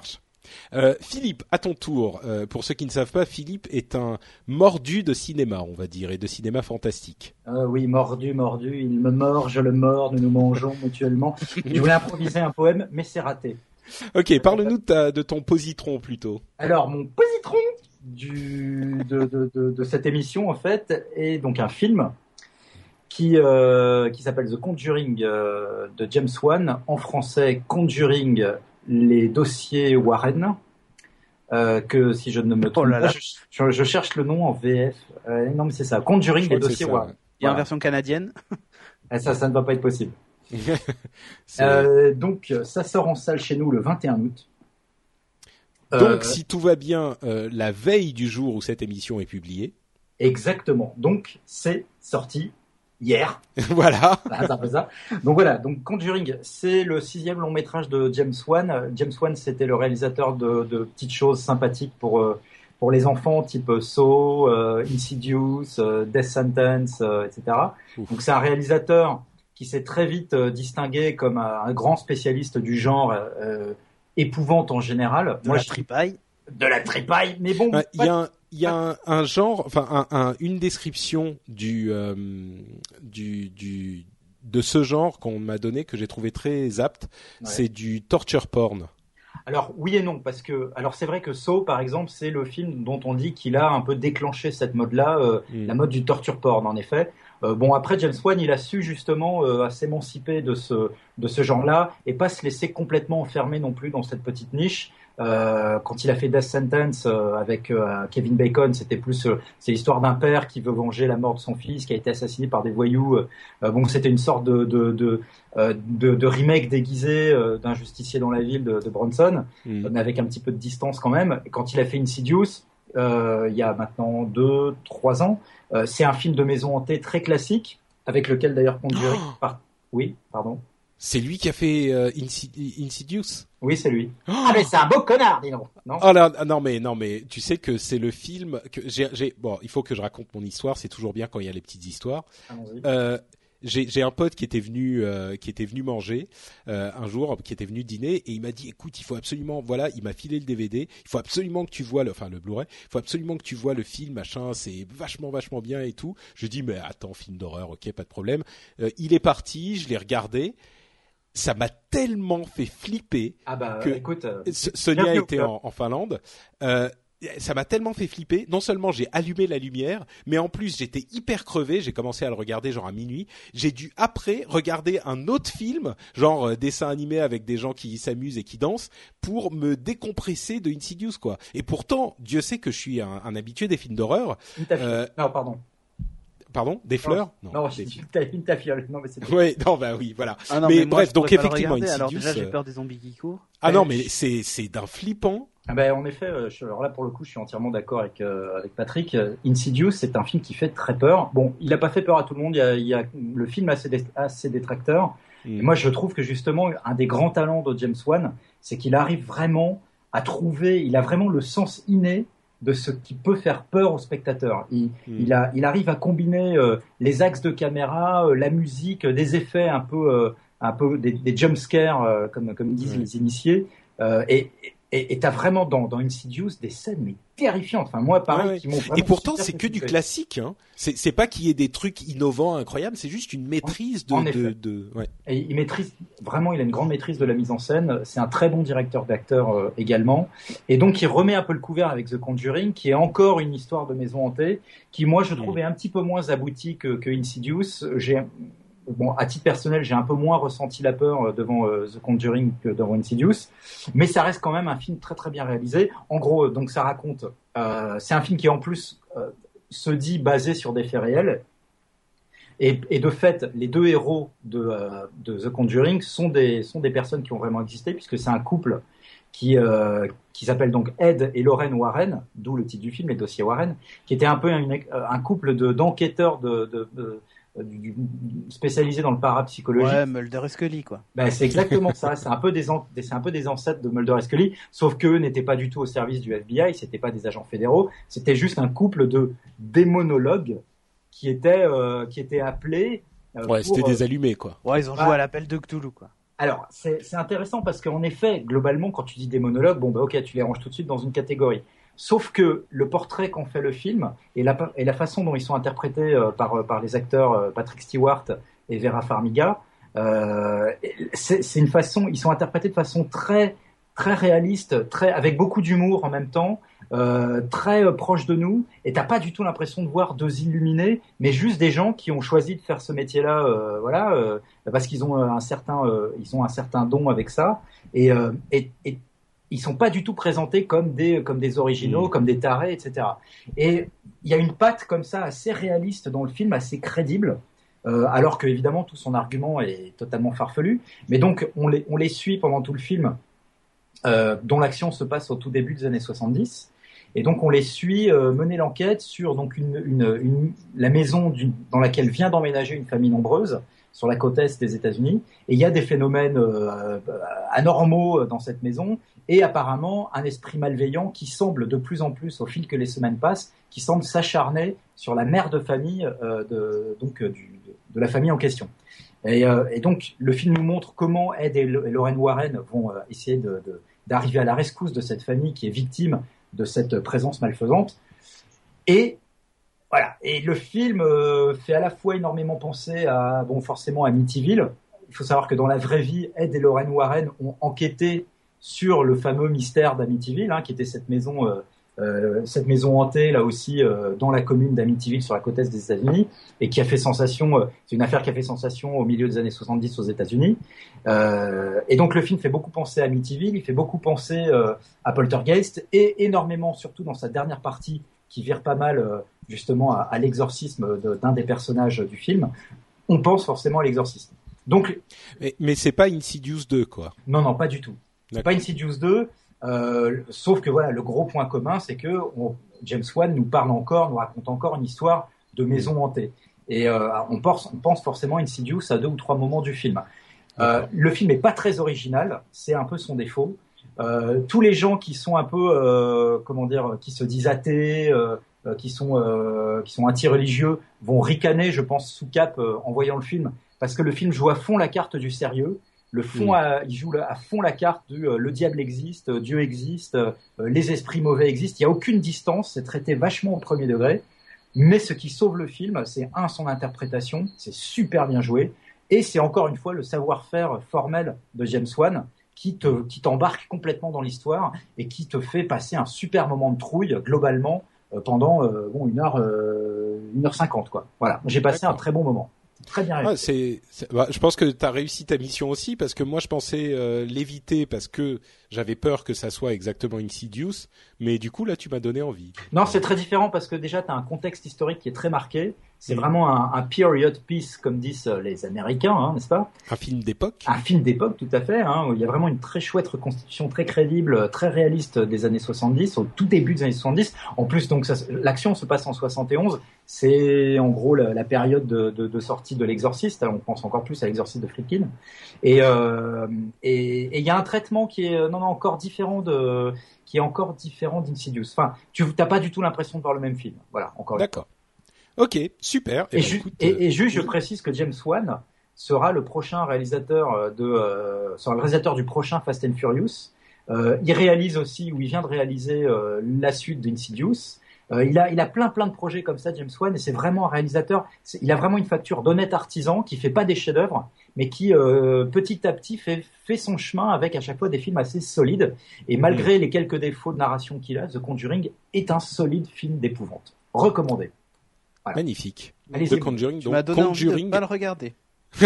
Euh, Philippe, à ton tour. Euh, pour ceux qui ne savent pas, Philippe est un mordu de cinéma, on va dire, et de cinéma fantastique. Euh, oui, mordu, mordu. Il me mord, je le mords, nous nous mangeons mutuellement. Je voulais improviser un poème, mais c'est raté. Ok, parle-nous de, ta, de ton positron plutôt. Alors, mon positron du, de, de, de, de cette émission, en fait, est donc un film qui, euh, qui s'appelle The Conjuring euh, de James Wan. En français, Conjuring, les dossiers Warren. Euh, que si je ne me trompe oh là là. pas, je, je, je cherche le nom en V F. Euh, non, mais c'est ça. Conjuring, les dossiers Warren. Il y a une version canadienne. Et ça, ça ne va pas être possible. euh, donc, ça sort en salle chez nous le vingt et un août. Donc, euh, si tout va bien, euh, la veille du jour où cette émission est publiée. Exactement. Donc, c'est sorti hier. Voilà. C'est un peu ça. Donc voilà. Donc, Conjuring, c'est le sixième long métrage de James Wan. James Wan, c'était le réalisateur de, de petites choses sympathiques pour euh, pour les enfants, type Saw, euh, Insidious, euh, Death Sentence, euh, et cetera. Ouf. Donc, c'est un réalisateur qui s'est très vite euh, distingué comme un, un grand spécialiste du genre euh, épouvante en général. De Moi, la je... tripaille. De la tripaille, mais bon. Il euh, y a, un, y a un, un genre, enfin un, un, une description du, euh, du, du, de ce genre qu'on m'a donné que j'ai trouvé très apte. Ouais. C'est du torture porn. Alors oui et non, parce que alors c'est vrai que Saw par exemple c'est le film dont on dit qu'il a un peu déclenché cette mode-là, euh, mm. la mode du torture porn en effet. Euh, bon après James Wan il a su justement euh, à s'émanciper de ce de ce genre-là et pas se laisser complètement enfermer non plus dans cette petite niche. Euh, quand il a fait Death Sentence euh, avec euh, Kevin Bacon, c'était plus euh, c'est l'histoire d'un père qui veut venger la mort de son fils qui a été assassiné par des voyous. Euh, bon, c'était une sorte de de de, euh, de, de remake déguisé euh, d'un justicier dans la ville de, de Bronson, mm. mais avec un petit peu de distance quand même. Et quand il a fait Insidious, euh, il y a maintenant deux, trois ans, euh, c'est un film de maison hantée très classique avec lequel d'ailleurs Conjuring. Oh par... Oui, pardon. C'est lui qui a fait euh, Insidious. Oui, c'est lui. Oh ah mais c'est un beau connard, dis donc. Non. Oh là, non mais non mais tu sais que c'est le film que j'ai, j'ai bon, il faut que je raconte mon histoire. C'est toujours bien quand il y a les petites histoires. Euh, j'ai, j'ai un pote qui était venu, euh, qui était venu manger euh, un jour, qui était venu dîner et il m'a dit, écoute, il faut absolument, voilà, il m'a filé le D V D. Il faut absolument que tu vois le, enfin le Blu-ray. Il faut absolument que tu vois le film, machin. C'est vachement, vachement bien et tout. Je dis, mais attends, film d'horreur, ok, pas de problème. Euh, il est parti, je l'ai regardé. Ça m'a tellement fait flipper ah bah, que écoute, euh, Sonia était en, en Finlande. Euh, ça m'a tellement fait flipper. Non seulement j'ai allumé la lumière, mais en plus j'étais hyper crevé. J'ai commencé à le regarder genre à minuit. J'ai dû après regarder un autre film, genre euh, dessin animé avec des gens qui s'amusent et qui dansent, pour me décompresser de Insidious quoi. Et pourtant, Dieu sait que je suis un, un habitué des films d'horreur. Euh, non, pardon. Pardon, des fleurs? Non, non, j'ai une tafiole. Non, mais c'est. Oui, non, bah oui, voilà. Ah non, mais, mais moi, bref, donc effectivement, Insidious. Alors déjà, j'ai euh... peur des zombies qui courent. Ah non, mais c'est c'est d'un flippant. Ah ben en effet, je, alors là pour le coup, je suis entièrement d'accord avec euh, avec Patrick. Insidious, c'est un film qui fait très peur. Bon, il a pas fait peur à tout le monde. Il y a, il y a le film a ses, dé, a ses détracteurs. Mm. Et moi, je trouve que justement, un des grands talents de James Wan, c'est qu'il arrive vraiment à trouver. Il a vraiment le sens inné de ce qui peut faire peur au spectateur. Il, mmh. il, a, il arrive à combiner euh, les axes de caméra, euh, la musique, euh, des effets un peu, euh, un peu des, des jump scares, euh, comme, comme disent mmh. les initiés. Euh, et et t'as vraiment dans, dans Insidious des scènes mais terrifiantes. Enfin moi pareil. Ouais, ouais. Qui m'ont vraiment et pourtant c'est que du classique. Hein. C'est c'est pas qu'il y ait des trucs innovants, incroyables. C'est juste une maîtrise de. En de, effet. de ouais. Et il maîtrise vraiment. Il a une grande maîtrise de la mise en scène. C'est un très bon directeur d'acteurs euh, également. Et donc il remet un peu le couvert avec The Conjuring, qui est encore une histoire de maison hantée, qui moi je trouve est un petit peu moins aboutie que, que Insidious. J'ai Bon, à titre personnel, j'ai un peu moins ressenti la peur devant euh, The Conjuring que devant Insidious, mais ça reste quand même un film très très bien réalisé. En gros, donc ça raconte, euh, c'est un film qui en plus euh, se dit basé sur des faits réels, et, et de fait, les deux héros de, euh, de The Conjuring sont des sont des personnes qui ont vraiment existé, puisque c'est un couple qui euh, qui s'appelle donc Ed et Lorraine Warren, d'où le titre du film, les dossiers Warren, qui était un peu une, un couple de d'enquêteurs de, de, de Du, spécialisé dans le parapsychologique. Ouais, Mulder et Scully, quoi. Ben, c'est exactement ça. C'est un peu des, an... c'est un peu des ancêtres de Mulder et Scully, sauf qu'eux n'étaient pas du tout au service du F B I, c'était pas des agents fédéraux, c'était juste un couple de démonologues qui étaient, euh, qui étaient appelés. Euh, ouais, pour, c'était des allumés, quoi. Ouais, ils ont joué ah, à l'appel de Cthulhu, quoi. Alors, c'est, c'est intéressant parce qu'en effet, globalement, quand tu dis des monologues, bon, bah, ok, tu les ranges tout de suite dans une catégorie. Sauf que le portrait qu'en fait le film et la, et la façon dont ils sont interprétés euh, par, par les acteurs euh, Patrick Stewart et Vera Farmiga, euh, c'est, c'est une façon, ils sont interprétés de façon très, très réaliste, très, avec beaucoup d'humour en même temps, euh, très euh, proche de nous. Et t'as pas du tout l'impression de voir deux illuminés, mais juste des gens qui ont choisi de faire ce métier-là, euh, voilà, euh, parce qu'ils ont un certain, euh, ils ont un certain don avec ça. Et, euh, et, et ils sont pas du tout présentés comme des comme des originaux, mmh. comme des tarés, et cetera. Et il y a une patte comme ça assez réaliste dans le film, assez crédible, euh, alors que évidemment tout son argument est totalement farfelu. Mais donc on les on les suit pendant tout le film, euh, dont l'action se passe au tout début des années soixante-dix. Et donc on les suit euh, mener l'enquête sur donc une, une, une la maison d'une, dans laquelle vient d'emménager une famille nombreuse sur la côte est des États-Unis. Et il y a des phénomènes euh, anormaux dans cette maison. Et apparemment un esprit malveillant qui semble de plus en plus, au fil que les semaines passent, qui semble s'acharner sur la mère de famille euh, de, donc, euh, du, de, de la famille en question. Et, euh, et donc le film nous montre comment Ed et, et Lorraine Warren vont euh, essayer de, de, d'arriver à la rescousse de cette famille qui est victime de cette présence malfaisante. Et voilà. Et le film euh, fait à la fois énormément penser à, bon, forcément à Amityville. Il faut savoir que dans la vraie vie, Ed et Lorraine Warren ont enquêté sur le fameux mystère d'Amityville, hein, qui était cette maison, euh, euh, cette maison hantée là aussi euh, dans la commune d'Amityville sur la côte est des États-Unis, et qui a fait sensation. Euh, c'est une affaire qui a fait sensation au milieu des années soixante-dix aux États-Unis. Euh, et donc le film fait beaucoup penser à Amityville, il fait beaucoup penser euh, à Poltergeist, et énormément, surtout dans sa dernière partie, qui vire pas mal euh, justement à, à l'exorcisme de, d'un des personnages du film. On pense forcément à l'exorcisme. Donc, mais, mais c'est pas Insidious deux, quoi. Non, non, pas du tout. C'est pas Insidious deux, euh, sauf que voilà, le gros point commun, c'est que on, James Wan nous parle encore, nous raconte encore une histoire de maison hantée. Et euh, on, pense, on pense forcément à Insidious à deux ou trois moments du film. Euh, le film est pas très original, c'est un peu son défaut. Euh, tous les gens qui sont un peu, euh, comment dire, qui se disent athées, euh, qui sont, euh, qui sont anti-religieux, vont ricaner, je pense, sous cap euh, en voyant le film, parce que le film joue à fond la carte du sérieux. Le fond, mmh. à, il joue à fond la carte du euh, le diable existe, euh, Dieu existe, euh, les esprits mauvais existent. Il y a aucune distance, c'est traité vachement au premier degré. Mais ce qui sauve le film, c'est un, son interprétation, c'est super bien joué, et c'est encore une fois le savoir-faire formel de James Wan qui te qui t'embarque complètement dans l'histoire et qui te fait passer un super moment de trouille globalement euh, pendant euh, bon une heure euh, une heure cinquante quoi. Voilà, j'ai passé D'accord. un très bon moment. Très bien réussi. Ah, c'est, c'est bah, je pense que tu as réussi ta mission aussi, parce que moi je pensais euh, l'éviter parce que j'avais peur que ça soit exactement Insidious, mais du coup là tu m'as donné envie. Non, c'est très différent parce que déjà tu as un contexte historique qui est très marqué. C'est mmh. vraiment un, un period piece, comme disent les Américains, hein, n'est-ce pas ? Un film d'époque. Un film d'époque, tout à fait. Hein, où il y a vraiment une très chouette reconstitution, très crédible, très réaliste des années soixante-dix, au tout début des années soixante-dix. En plus, donc ça, l'action se passe en soixante et onze. C'est en gros la, la période de, de, de sortie de l'Exorciste. On pense encore plus à l'Exorciste de Friedkin. Et euh, et il y a un traitement qui est non non encore différent de qui est encore différent d'Insidious. Enfin, tu n'as pas du tout l'impression de voir le même film. Voilà, encore. D'accord. Ok, super. Et, et, ben, ju- écoute, et, et juste, euh... je précise que James Wan sera le prochain réalisateur de, euh, sera le réalisateur du prochain Fast and Furious. Euh, il réalise aussi, ou il vient de réaliser euh, la suite d'Insidious. Euh, il a, il a plein, plein de projets comme ça, James Wan, et c'est vraiment un réalisateur. C'est, il a vraiment une facture d'honnête artisan qui fait pas des chefs-d'œuvre, mais qui euh, petit à petit fait, fait son chemin avec à chaque fois des films assez solides. Et malgré mmh. les quelques défauts de narration qu'il a, The Conjuring est un solide film d'épouvante. Recommandé. Voilà. Magnifique. Allez-y, The Conjuring, tu donc m'as donné Conjuring. envie de pas le regarder.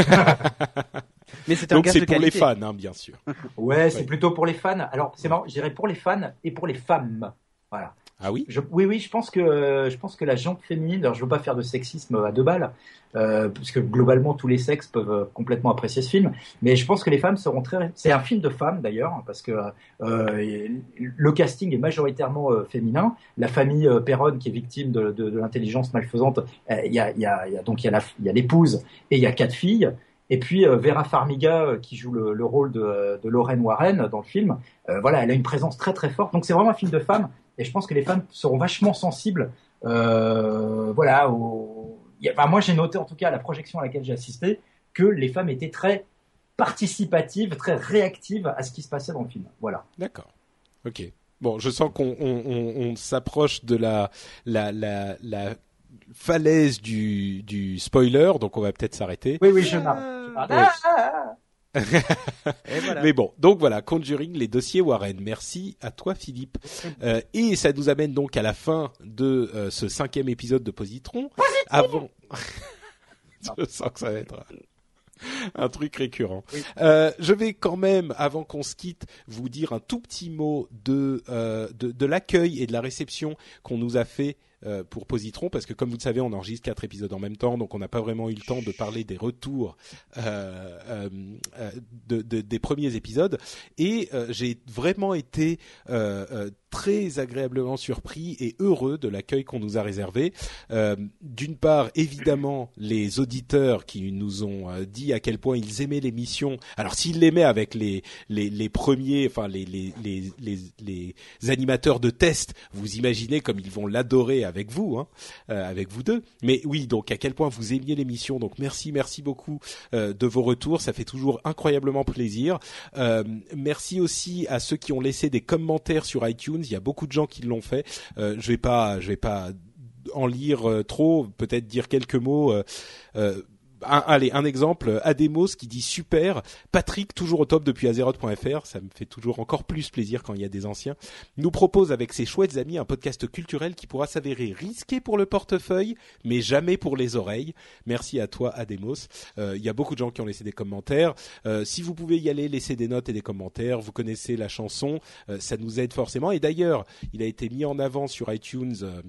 Mais c'est un donc c'est de pour qualité. Les fans, hein, bien sûr. Ouais, c'est ouais. plutôt pour les fans. Alors c'est marrant, je dirais pour les fans et pour les femmes. Voilà. Ah oui. Je, oui, oui, je pense que euh, je pense que la gente féminine. Alors je veux pas faire de sexisme à deux balles, euh, parce que globalement tous les sexes peuvent euh, complètement apprécier ce film. Mais je pense que les femmes seront très. C'est un film de femmes d'ailleurs, parce que euh, le casting est majoritairement euh, féminin. La famille euh, Perron qui est victime de, de, de l'intelligence malfaisante. Il euh, y a, il y a, il y a donc il y a la, il y a l'épouse et il y a quatre filles. Et puis euh, Vera Farmiga euh, qui joue le, le rôle de, de Lorraine Warren dans le film. Euh, voilà, elle a une présence très très forte. Donc c'est vraiment un film de femmes. Et je pense que les femmes seront vachement sensibles. Euh, voilà. Au... Enfin, moi, j'ai noté en tout cas à la projection à laquelle j'ai assisté que les femmes étaient très participative, très réactive à ce qui se passait dans le film. Voilà. D'accord. Ok. Bon, je sens qu'on on, on, on s'approche de la la la la falaise du du spoiler, donc on va peut-être s'arrêter. Oui, oui, je n'arrête. Ah et voilà. Mais bon, donc voilà, Conjuring, les dossiers Warren. Merci à toi, Philippe. Euh, et ça nous amène donc à la fin de euh, ce cinquième épisode de Positron. Positron Avant, je sens que ça va être un truc récurrent. Oui. Euh, je vais quand même, avant qu'on se quitte, vous dire un tout petit mot de euh, de, de l'accueil et de la réception qu'on nous a fait Euh, pour Positron, parce que comme vous le savez, on enregistre quatre épisodes en même temps, donc on n'a pas vraiment eu le temps de parler des retours euh, euh, de, de, des premiers épisodes. Et euh, j'ai vraiment été euh, euh, très agréablement surpris et heureux de l'accueil qu'on nous a réservé. Euh, d'une part, évidemment, les auditeurs qui nous ont euh, dit à quel point ils aimaient l'émission. Alors, s'ils l'aimaient avec les les, les premiers, enfin les les, les les les animateurs de test, vous imaginez comme ils vont l'adorer avec vous, hein, euh, avec vous deux. Mais oui, donc à quel point vous aimiez l'émission. Donc merci, merci beaucoup euh, de vos retours. Ça fait toujours incroyablement plaisir. Euh, merci aussi à ceux qui ont laissé des commentaires sur iTunes. Il y a beaucoup de gens qui l'ont fait. Euh, je vais pas, je vais pas en lire euh, trop. Peut-être dire quelques mots. Euh, euh, Un, allez, un exemple, Ademos qui dit super, Patrick toujours au top depuis Azeroth point F R, ça me fait toujours encore plus plaisir quand il y a des anciens, nous propose avec ses chouettes amis un podcast culturel qui pourra s'avérer risqué pour le portefeuille, mais jamais pour les oreilles. Merci à toi Ademos. Euh, il y a beaucoup de gens qui ont laissé des commentaires. Euh, si vous pouvez y aller, laisser des notes et des commentaires, vous connaissez la chanson, euh, ça nous aide forcément. Et d'ailleurs, il a été mis en avant sur iTunes euh,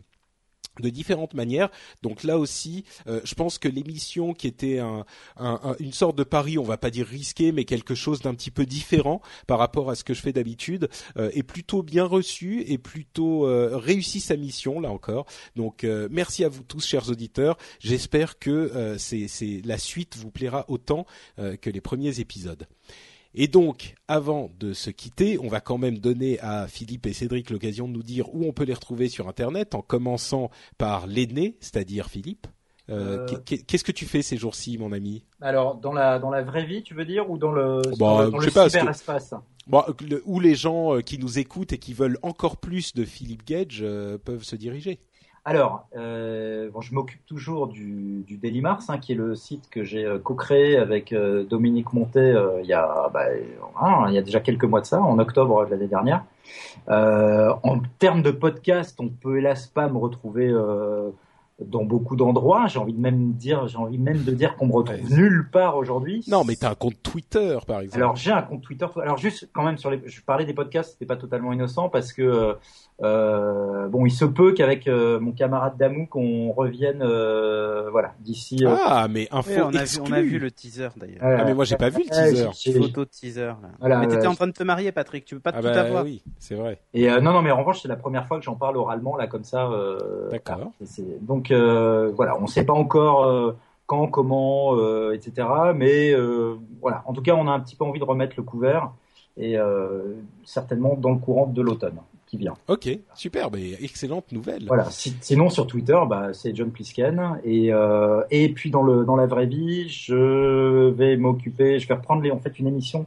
de différentes manières. Donc là aussi, euh, je pense que l'émission qui était un, un, un, une sorte de pari, on va pas dire risqué, mais quelque chose d'un petit peu différent par rapport à ce que je fais d'habitude, euh, est plutôt bien reçu et plutôt euh, réussi sa mission là encore. Donc euh, merci à vous tous, chers auditeurs. J'espère que euh, c'est, c'est la suite vous plaira autant euh, que les premiers épisodes. Et donc, avant de se quitter, on va quand même donner à Philippe et Cédric l'occasion de nous dire où on peut les retrouver sur Internet, en commençant par l'aîné, c'est-à-dire Philippe. Euh, euh... Qu'est-ce que tu fais ces jours-ci, mon ami ? Alors, dans la dans la vraie vie, tu veux dire, ou dans le bah, dans le, dans le cyberespace ? Bon, le, où les gens euh, qui nous écoutent et qui veulent encore plus de Philippe Gage euh, peuvent se diriger. Alors, euh, bon, je m'occupe toujours du, du Daily Mars, hein, qui est le site que j'ai euh, co-créé avec euh, Dominique Montet euh, il y a, bah, hein, il y a déjà quelques mois de ça, en octobre de l'année dernière. Euh, en termes de podcast, on peut hélas pas me retrouver euh, dans beaucoup d'endroits. J'ai envie de même dire, j'ai envie même de dire qu'on me retrouve ouais, nulle part aujourd'hui. Non, mais t'as un compte Twitter, par exemple. Alors j'ai un compte Twitter. Alors juste quand même sur les, je parlais des podcasts, c'était pas totalement innocent parce que euh, bon, il se peut qu'avec euh, mon camarade Damou qu'on revienne, euh, voilà, d'ici. Euh... Ah, mais info oui, on a exclue. vu, on a vu le teaser d'ailleurs. Euh, ah, mais moi j'ai pas vu le teaser. Euh, j'ai, j'ai... Photo de teaser. Là. Voilà, mais t'étais euh, en train de te marier, Patrick. Tu veux pas ah tout bah, avoir. Oui, c'est vrai. Et euh, non, non, mais en revanche, c'est la première fois que j'en parle oralement là, comme ça. Euh, D'accord. Voilà, c'est, c'est... Donc euh, voilà, on sait pas encore euh, quand, comment, euh, et cetera. Mais euh, voilà, en tout cas, on a un petit peu envie de remettre le couvert et euh, certainement dans le courant de l'automne qui vient. Ok, super, mais excellente nouvelle. Voilà. Si, sinon sur Twitter, bah c'est John Plisken et euh, et puis dans le dans la vraie vie, je vais m'occuper, je vais reprendre les, en fait une émission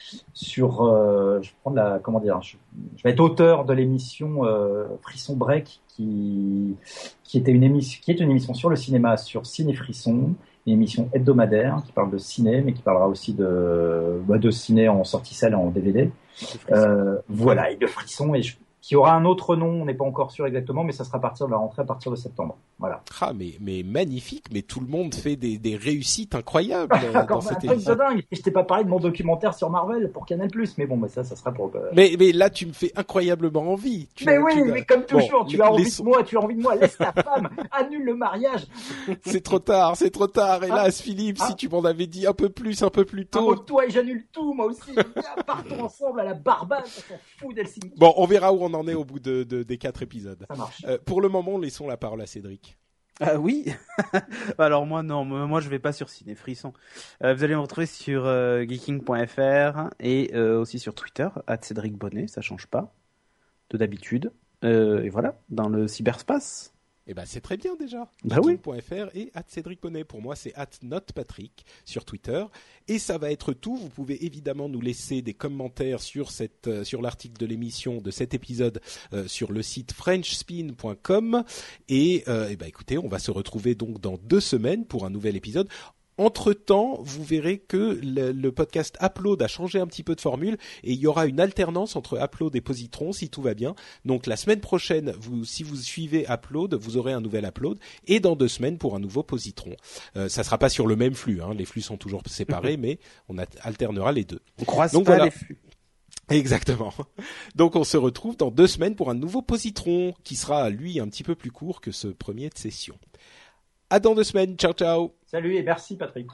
sur, euh, je vais prendre la, comment dire, je, je vais être auteur de l'émission euh, Frisson Break qui qui était une émission, qui est une émission sur le cinéma, sur Ciné Frisson, une émission hebdomadaire qui parle de ciné, mais qui parlera aussi de bah, de ciné en sortie salle et en D V D. Euh, voilà, et de Frisson, et je, qui aura un autre nom, on n'est pas encore sûr exactement, mais ça sera à partir de la rentrée, à partir de septembre. Voilà. Ah, mais, mais magnifique, mais tout le monde fait des, des réussites incroyables dans cette émission. C'est dingue. Et je t'ai pas parlé de mon documentaire sur Marvel pour Canal+, mais bon, mais ça, ça sera pour... Euh... Mais, mais là, tu me fais incroyablement envie. Tu, mais oui, tu mais comme toujours, bon, tu as envie les... de moi, tu as envie de moi, laisse ta femme, annule le mariage. C'est trop tard, c'est trop tard, hélas, ah, Philippe, ah, si tu m'en avais dit un peu plus, un peu plus tôt. Ah, toi et j'annule tout, moi aussi. Partons ensemble à la Barbade, on s'en fout d'Helsinki. Bon, on verra où on en est au bout de, de des quatre épisodes. Ça marche. Euh, pour le moment, laissons la parole à Cédric. Ah oui. Alors moi non, moi je vais pas sur Ciné Frisson. Euh, vous allez me retrouver sur euh, geeking point f r et euh, aussi sur Twitter arobase Cédric Bonnet, ça change pas de d'habitude. Euh, et voilà, dans le cyberspace. Eh ben c'est très bien déjà. Bah oui. .fr et at Cédric Bonnet. Pour moi, c'est at notpatrick sur Twitter. Et ça va être tout. Vous pouvez évidemment nous laisser des commentaires sur cette, euh, sur l'article de l'émission de cet épisode euh, sur le site french spin point com. Et, euh, eh ben écoutez, on va se retrouver donc dans deux semaines pour un nouvel épisode. Entre-temps, vous verrez que le, le podcast Upload a changé un petit peu de formule et il y aura une alternance entre Upload et Positron si tout va bien. Donc la semaine prochaine, vous, si vous suivez Upload, vous aurez un nouvel Upload et dans deux semaines pour un nouveau Positron. Euh, ça sera pas sur le même flux, hein, les flux sont toujours séparés, mais on a, alternera les deux. On croise Donc, pas voilà. les flux. Exactement. Donc on se retrouve dans deux semaines pour un nouveau Positron qui sera lui un petit peu plus court que ce premier de session. À dans deux semaines. Ciao ciao. Salut et merci Patrick.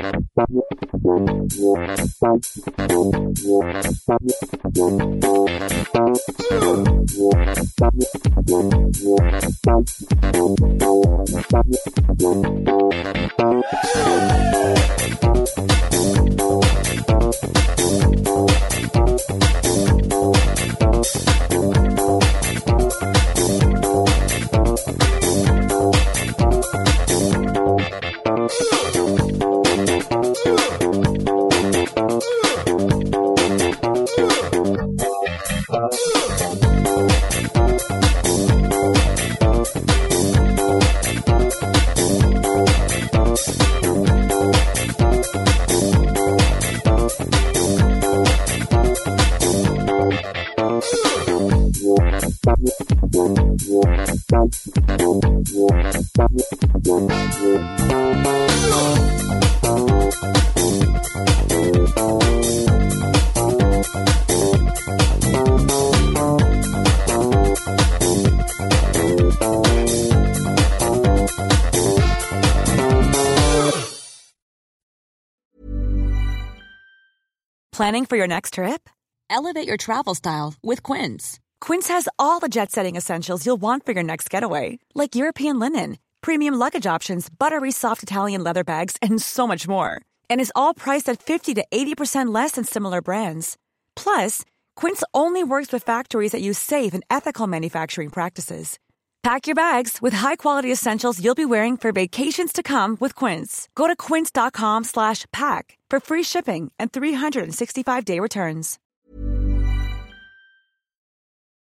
Planning for your next trip? Elevate your travel style with Quince. Quince has all the jet-setting essentials you'll want for your next getaway, like European linen, premium luggage options, buttery soft Italian leather bags, and so much more. And is all priced at fifty to eighty percent less than similar brands. Plus, Quince only works with factories that use safe and ethical manufacturing practices. Pack your bags with high-quality essentials you'll be wearing for vacations to come with Quince. Go to quince dot com slash pack for free shipping and three sixty-five day returns.